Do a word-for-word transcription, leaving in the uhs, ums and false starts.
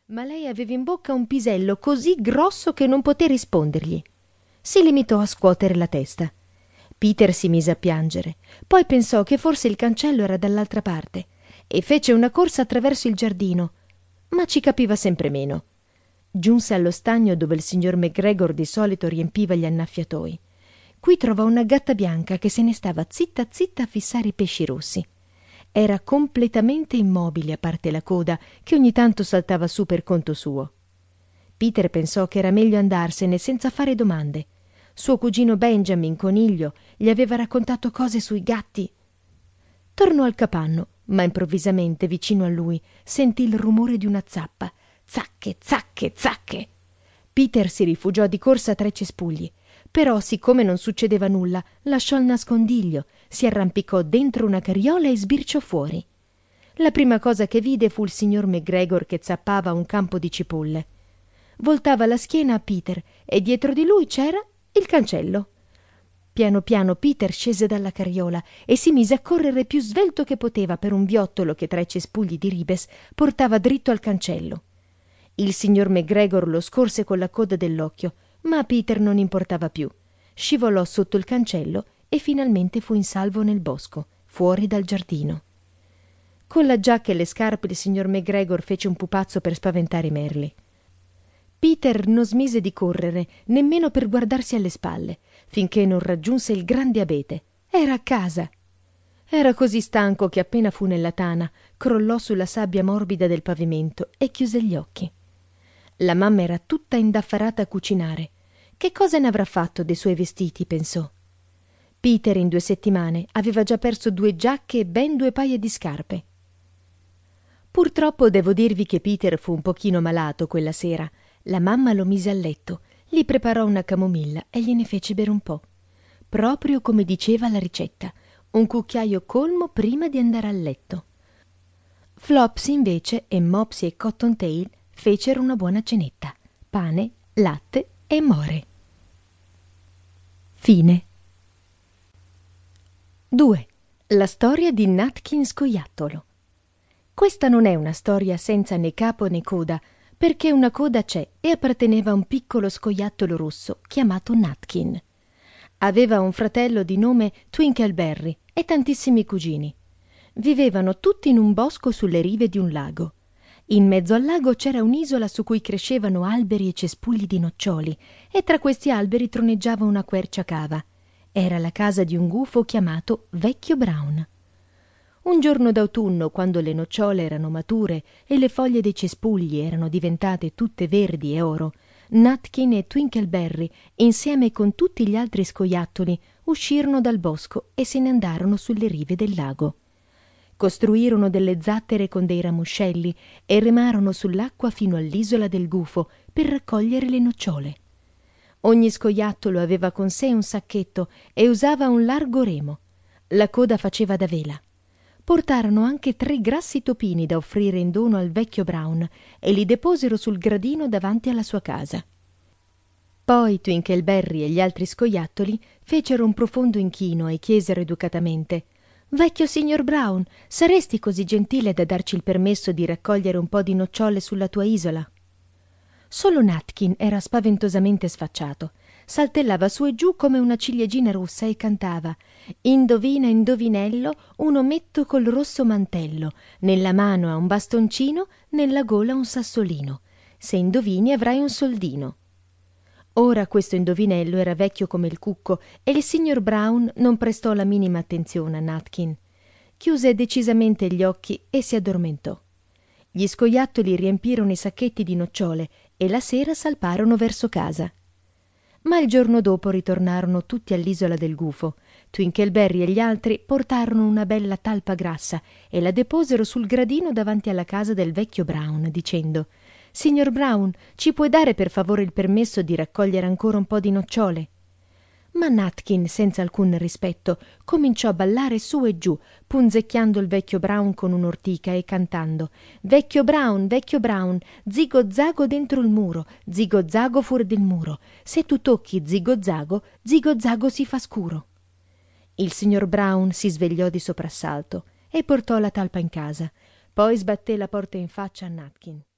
ma lei aveva in bocca un pisello così grosso che non poté rispondergli. Si limitò a scuotere la testa. Peter si mise a piangere, poi pensò che forse il cancello era dall'altra parte e fece una corsa attraverso il giardino, ma ci capiva sempre meno. Giunse allo stagno dove il signor MacGregor di solito riempiva gli annaffiatoi. Qui trovò una gatta bianca che se ne stava zitta zitta a fissare i pesci rossi. Era completamente immobile, a parte la coda che ogni tanto saltava su per conto suo. Peter pensò che era meglio andarsene senza fare domande. Suo cugino Benjamin, coniglio, gli aveva raccontato cose sui gatti. Tornò al capanno, ma improvvisamente vicino a lui sentì il rumore di una zappa. Zacche, zacche, zacche. Peter si rifugiò di corsa tra i cespugli, però siccome non succedeva nulla lasciò il nascondiglio, si arrampicò dentro una carriola e sbirciò fuori. La prima cosa che vide fu il signor MacGregor che zappava un campo di cipolle. Voltava la schiena a Peter e dietro di lui c'era il cancello. Piano piano Peter scese dalla carriola e si mise a correre più svelto che poteva per un viottolo che tra i cespugli di ribes portava dritto al cancello. Il signor MacGregor lo scorse con la coda dell'occhio, ma a Peter non importava più. Scivolò sotto il cancello e finalmente fu in salvo nel bosco, fuori dal giardino. Con la giacca e le scarpe il signor MacGregor fece un pupazzo per spaventare Merli. Peter non smise di correre nemmeno per guardarsi alle spalle, finché non raggiunse il grande abete. Era a casa. Era così stanco che appena fu nella tana crollò sulla sabbia morbida del pavimento e chiuse gli occhi. La mamma era tutta indaffarata a cucinare. Che cosa ne avrà fatto dei suoi vestiti, pensò. Peter in due settimane aveva già perso due giacche e ben due paia di scarpe. Purtroppo devo dirvi che Peter fu un pochino malato quella sera. La mamma lo mise a letto, gli preparò una camomilla e gliene fece bere un po', proprio come diceva la ricetta, un cucchiaio colmo prima di andare a letto. Flopsy invece e Mopsy e Cottontail fecero una buona cenetta, pane, latte e more. Fine. due. La storia di Nutkin Scoiattolo. Questa non è una storia senza né capo né coda, perché una coda c'è e apparteneva a un piccolo scoiattolo rosso chiamato Nutkin. Aveva un fratello di nome Twinkleberry e tantissimi cugini. Vivevano tutti in un bosco sulle rive di un lago. In mezzo al lago c'era un'isola su cui crescevano alberi e cespugli di noccioli e tra questi alberi troneggiava una quercia cava. Era la casa di un gufo chiamato Vecchio Brown. Un giorno d'autunno, quando le nocciole erano mature e le foglie dei cespugli erano diventate tutte verdi e oro, Nutkin e Twinkleberry, insieme con tutti gli altri scoiattoli, uscirono dal bosco e se ne andarono sulle rive del lago. Costruirono delle zattere con dei ramoscelli e remarono sull'acqua fino all'isola del gufo per raccogliere le nocciole. Ogni scoiattolo aveva con sé un sacchetto e usava un largo remo. La coda faceva da vela. Portarono anche tre grassi topini da offrire in dono al vecchio Brown e li deposero sul gradino davanti alla sua casa. Poi Twinkleberry e gli altri scoiattoli fecero un profondo inchino e chiesero educatamente: «Vecchio signor Brown, saresti così gentile da darci il permesso di raccogliere un po' di nocciole sulla tua isola?» Solo Nutkin era spaventosamente sfacciato. Saltellava su e giù come una ciliegina rossa e cantava: «Indovina, indovinello, un ometto col rosso mantello, nella mano ha un bastoncino, nella gola un sassolino. Se indovini avrai un soldino». Ora questo indovinello era vecchio come il cucco e il signor Brown non prestò la minima attenzione a Nutkin. Chiuse decisamente gli occhi e si addormentò. Gli scoiattoli riempirono i sacchetti di nocciole e la sera salparono verso casa. Ma il giorno dopo ritornarono tutti all'isola del gufo. Twinkleberry e gli altri portarono una bella talpa grassa e la deposero sul gradino davanti alla casa del vecchio Brown, dicendo: «Signor Brown, ci puoi dare per favore il permesso di raccogliere ancora un po' di nocciole?» Ma Nutkin, senza alcun rispetto, cominciò a ballare su e giù, punzecchiando il vecchio Brown con un'ortica e cantando: «Vecchio Brown, vecchio Brown, zigo zago dentro il muro, zigo zago fuori del muro. Se tu tocchi zigo zago, zigo zago si fa scuro». Il signor Brown si svegliò di soprassalto e portò la talpa in casa. Poi sbatté la porta in faccia a Nutkin.